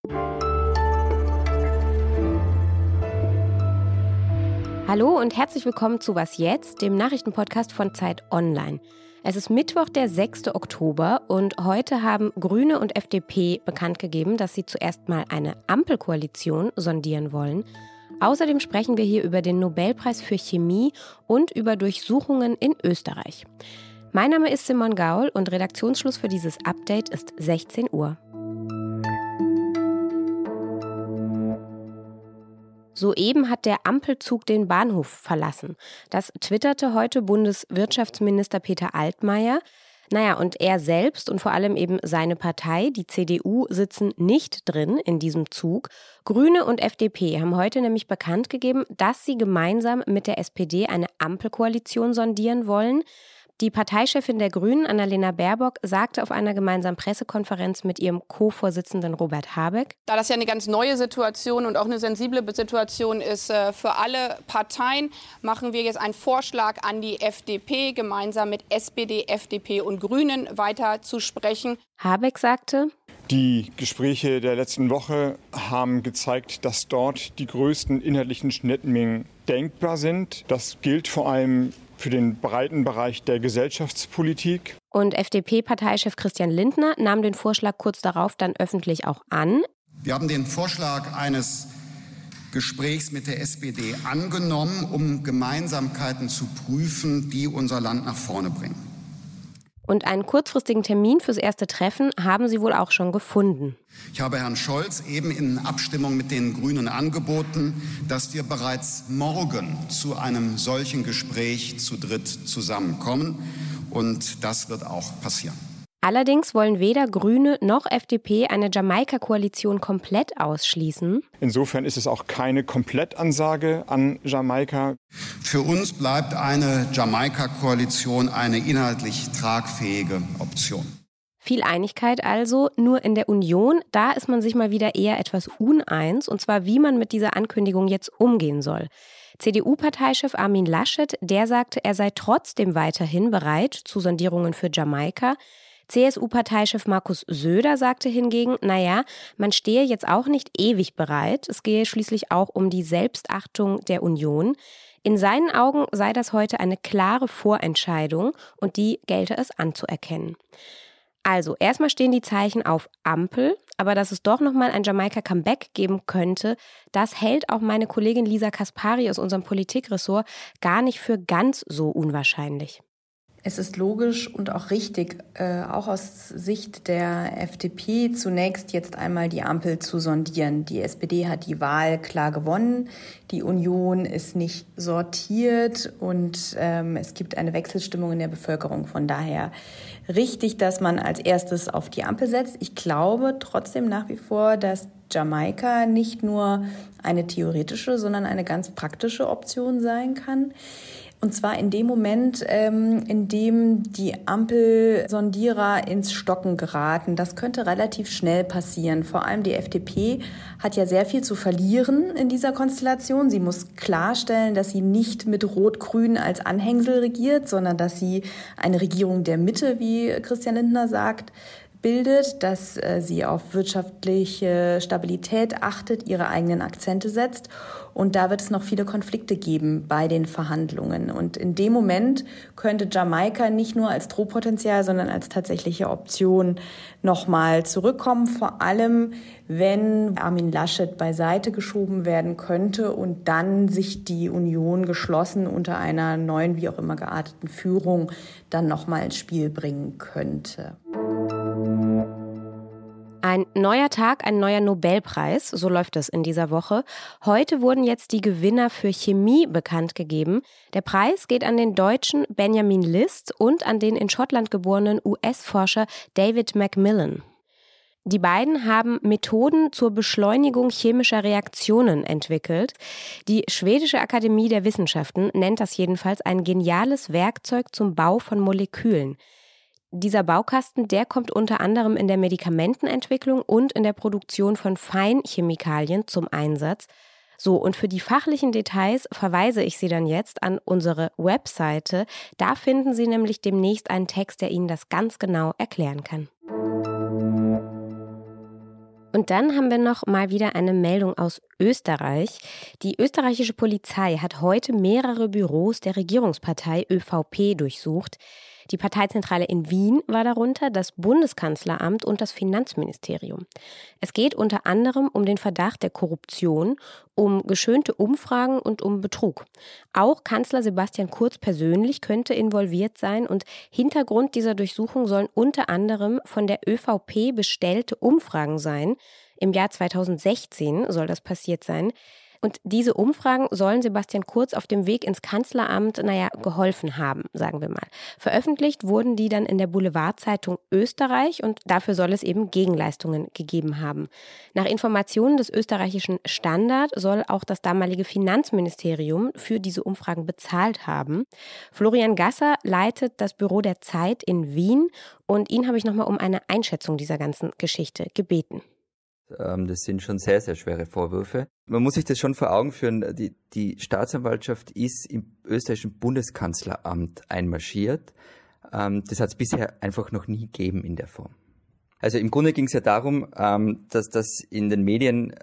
Hallo und herzlich willkommen zu Was jetzt, dem Nachrichtenpodcast von Zeit Online. Es ist Mittwoch, der 6. Oktober und heute haben Grüne und FDP bekannt gegeben, dass sie zuerst mal eine Ampelkoalition sondieren wollen. Außerdem sprechen wir hier über den Nobelpreis für Chemie und über Durchsuchungen in Österreich. Mein Name ist Simon Gaul und Redaktionsschluss für dieses Update ist 16 Uhr. Soeben hat der Ampelzug den Bahnhof verlassen. Das twitterte heute Bundeswirtschaftsminister Peter Altmaier. Und er selbst und vor allem eben seine Partei, die CDU, sitzen nicht drin in diesem Zug. Grüne und FDP haben heute nämlich bekannt gegeben, dass sie gemeinsam mit der SPD eine Ampelkoalition sondieren wollen. Die Parteichefin der Grünen, Annalena Baerbock, sagte auf einer gemeinsamen Pressekonferenz mit ihrem Co-Vorsitzenden Robert Habeck: Da das ja eine ganz neue Situation und auch eine sensible Situation ist für alle Parteien, machen wir jetzt einen Vorschlag an die FDP, gemeinsam mit SPD, FDP und Grünen weiter zu sprechen. Habeck sagte: Die Gespräche der letzten Woche haben gezeigt, dass dort die größten inhaltlichen Schnittmengen denkbar sind. Das gilt vor allem für den breiten Bereich der Gesellschaftspolitik. Und FDP-Parteichef Christian Lindner nahm den Vorschlag kurz darauf dann öffentlich auch an. Wir haben den Vorschlag eines Gesprächs mit der SPD angenommen, um Gemeinsamkeiten zu prüfen, die unser Land nach vorne bringen. Und einen kurzfristigen Termin fürs erste Treffen haben sie wohl auch schon gefunden. Ich habe Herrn Scholz eben in Abstimmung mit den Grünen angeboten, dass wir bereits morgen zu einem solchen Gespräch zu dritt zusammenkommen. Und das wird auch passieren. Allerdings wollen weder Grüne noch FDP eine Jamaika-Koalition komplett ausschließen. Insofern ist es auch keine Komplettansage an Jamaika. Für uns bleibt eine Jamaika-Koalition eine inhaltlich tragfähige Option. Viel Einigkeit also, nur in der Union, da ist man sich mal wieder eher etwas uneins, und zwar wie man mit dieser Ankündigung jetzt umgehen soll. CDU-Parteichef Armin Laschet, der sagte, er sei trotzdem weiterhin bereit zu Sondierungen für Jamaika. CSU-Parteichef Markus Söder sagte hingegen, man stehe jetzt auch nicht ewig bereit. Es gehe schließlich auch um die Selbstachtung der Union. In seinen Augen sei das heute eine klare Vorentscheidung und die gelte es anzuerkennen. Also, erstmal stehen die Zeichen auf Ampel, aber dass es doch nochmal ein Jamaika-Comeback geben könnte, das hält auch meine Kollegin Lisa Kaspari aus unserem Politikressort gar nicht für ganz so unwahrscheinlich. Es ist logisch und auch richtig, auch aus Sicht der FDP, zunächst jetzt einmal die Ampel zu sondieren. Die SPD hat die Wahl klar gewonnen, die Union ist nicht sortiert und es gibt eine Wechselstimmung in der Bevölkerung. Von daher richtig, dass man als erstes auf die Ampel setzt. Ich glaube trotzdem nach wie vor, dass Jamaika nicht nur eine theoretische, sondern eine ganz praktische Option sein kann. Und zwar in dem Moment, in dem die Ampelsondierer ins Stocken geraten. Das könnte relativ schnell passieren. Vor allem die FDP hat ja sehr viel zu verlieren in dieser Konstellation. Sie muss klarstellen, dass sie nicht mit Rot-Grün als Anhängsel regiert, sondern dass sie eine Regierung der Mitte, wie Christian Lindner sagt, bildet, dass sie auf wirtschaftliche Stabilität achtet, ihre eigenen Akzente setzt. Und da wird es noch viele Konflikte geben bei den Verhandlungen. Und in dem Moment könnte Jamaika nicht nur als Drohpotenzial, sondern als tatsächliche Option nochmal zurückkommen. Vor allem, wenn Armin Laschet beiseite geschoben werden könnte und dann sich die Union geschlossen unter einer neuen, wie auch immer gearteten Führung dann nochmal ins Spiel bringen könnte. Ein neuer Tag, ein neuer Nobelpreis, so läuft es in dieser Woche. Heute wurden jetzt die Gewinner für Chemie bekannt gegeben. Der Preis geht an den Deutschen Benjamin List und an den in Schottland geborenen US-Forscher David Macmillan. Die beiden haben Methoden zur Beschleunigung chemischer Reaktionen entwickelt. Die Schwedische Akademie der Wissenschaften nennt das jedenfalls ein geniales Werkzeug zum Bau von Molekülen. Dieser Baukasten, der kommt unter anderem in der Medikamentenentwicklung und in der Produktion von Feinchemikalien zum Einsatz. So, und für die fachlichen Details verweise ich Sie dann jetzt an unsere Webseite. Da finden Sie nämlich demnächst einen Text, der Ihnen das ganz genau erklären kann. Und dann haben wir noch mal wieder eine Meldung aus Österreich. Die österreichische Polizei hat heute mehrere Büros der Regierungspartei ÖVP durchsucht. Die Parteizentrale in Wien war darunter, das Bundeskanzleramt und das Finanzministerium. Es geht unter anderem um den Verdacht der Korruption, um geschönte Umfragen und um Betrug. Auch Kanzler Sebastian Kurz persönlich könnte involviert sein und Hintergrund dieser Durchsuchung sollen unter anderem von der ÖVP bestellte Umfragen sein. Im Jahr 2016 soll das passiert sein. Und diese Umfragen sollen Sebastian Kurz auf dem Weg ins Kanzleramt, geholfen haben, sagen wir mal. Veröffentlicht wurden die dann in der Boulevardzeitung Österreich und dafür soll es eben Gegenleistungen gegeben haben. Nach Informationen des österreichischen Standard soll auch das damalige Finanzministerium für diese Umfragen bezahlt haben. Florian Gasser leitet das Büro der Zeit in Wien und ihn habe ich nochmal um eine Einschätzung dieser ganzen Geschichte gebeten. Das sind schon sehr, sehr schwere Vorwürfe. Man muss sich das schon vor Augen führen. Die Staatsanwaltschaft ist im österreichischen Bundeskanzleramt einmarschiert. Das hat es bisher einfach noch nie gegeben in der Form. Also im Grunde ging es ja darum, dass das in den Medien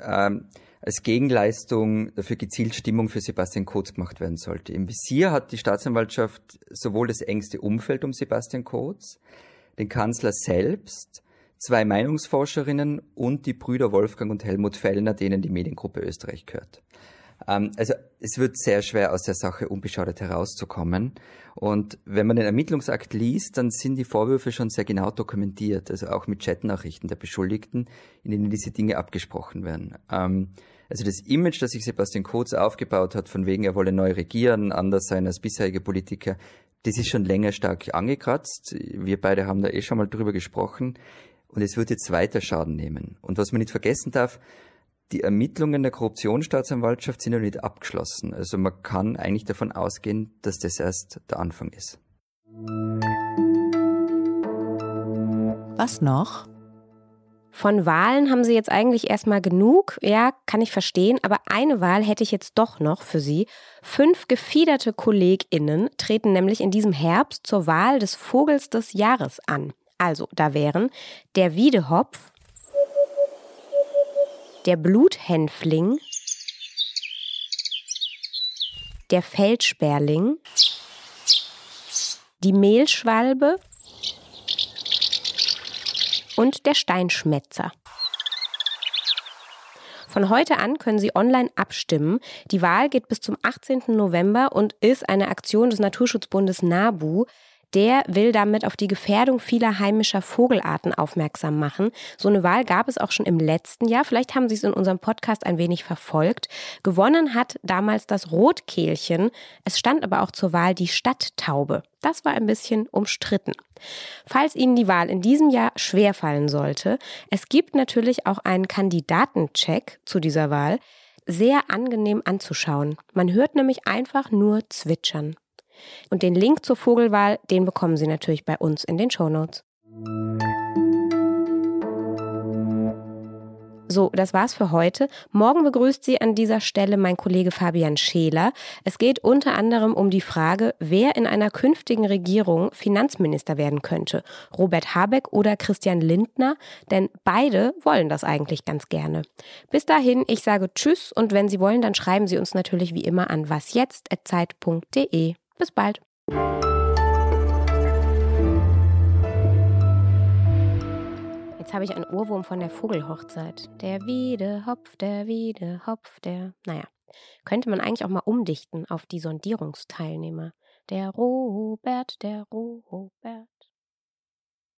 als Gegenleistung dafür gezielt Stimmung für Sebastian Kurz gemacht werden sollte. Im Visier hat die Staatsanwaltschaft sowohl das engste Umfeld um Sebastian Kurz, den Kanzler selbst, 2 Meinungsforscherinnen und die Brüder Wolfgang und Helmut Fellner, denen die Mediengruppe Österreich gehört. Also es wird sehr schwer, aus der Sache unbeschadet herauszukommen. Und wenn man den Ermittlungsakt liest, dann sind die Vorwürfe schon sehr genau dokumentiert, also auch mit Chatnachrichten der Beschuldigten, in denen diese Dinge abgesprochen werden. Also das Image, das sich Sebastian Kurz aufgebaut hat, von wegen er wolle neu regieren, anders sein als bisherige Politiker, das ist schon länger stark angekratzt. Wir beide haben da schon mal drüber gesprochen. Und es wird jetzt weiter Schaden nehmen. Und was man nicht vergessen darf, die Ermittlungen der Korruptionsstaatsanwaltschaft sind noch nicht abgeschlossen. Also man kann eigentlich davon ausgehen, dass das erst der Anfang ist. Was noch? Von Wahlen haben Sie jetzt eigentlich erstmal genug. Ja, kann ich verstehen. Aber eine Wahl hätte ich jetzt doch noch für Sie. 5 gefiederte KollegInnen treten nämlich in diesem Herbst zur Wahl des Vogels des Jahres an. Also, da wären der Wiedehopf, der Bluthänfling, der Feldsperling, die Mehlschwalbe und der Steinschmätzer. Von heute an können Sie online abstimmen. Die Wahl geht bis zum 18. November und ist eine Aktion des Naturschutzbundes NABU. Der will damit auf die Gefährdung vieler heimischer Vogelarten aufmerksam machen. So eine Wahl gab es auch schon im letzten Jahr. Vielleicht haben Sie es in unserem Podcast ein wenig verfolgt. Gewonnen hat damals das Rotkehlchen. Es stand aber auch zur Wahl die Stadttaube. Das war ein bisschen umstritten. Falls Ihnen die Wahl in diesem Jahr schwerfallen sollte, es gibt natürlich auch einen Kandidatencheck zu dieser Wahl. Sehr angenehm anzuschauen. Man hört nämlich einfach nur zwitschern. Und den Link zur Vogelwahl, den bekommen Sie natürlich bei uns in den Shownotes. So, das war's für heute. Morgen begrüßt Sie an dieser Stelle mein Kollege Fabian Scheler. Es geht unter anderem um die Frage, wer in einer künftigen Regierung Finanzminister werden könnte. Robert Habeck oder Christian Lindner, denn beide wollen das eigentlich ganz gerne. Bis dahin, ich sage Tschüss und wenn Sie wollen, dann schreiben Sie uns natürlich wie immer an wasjetzt@zeit.de. Bis bald. Jetzt habe ich einen Ohrwurm von der Vogelhochzeit. Der Wiedehopf, der... Naja, könnte man eigentlich auch mal umdichten auf die Sondierungsteilnehmer. Der Robert.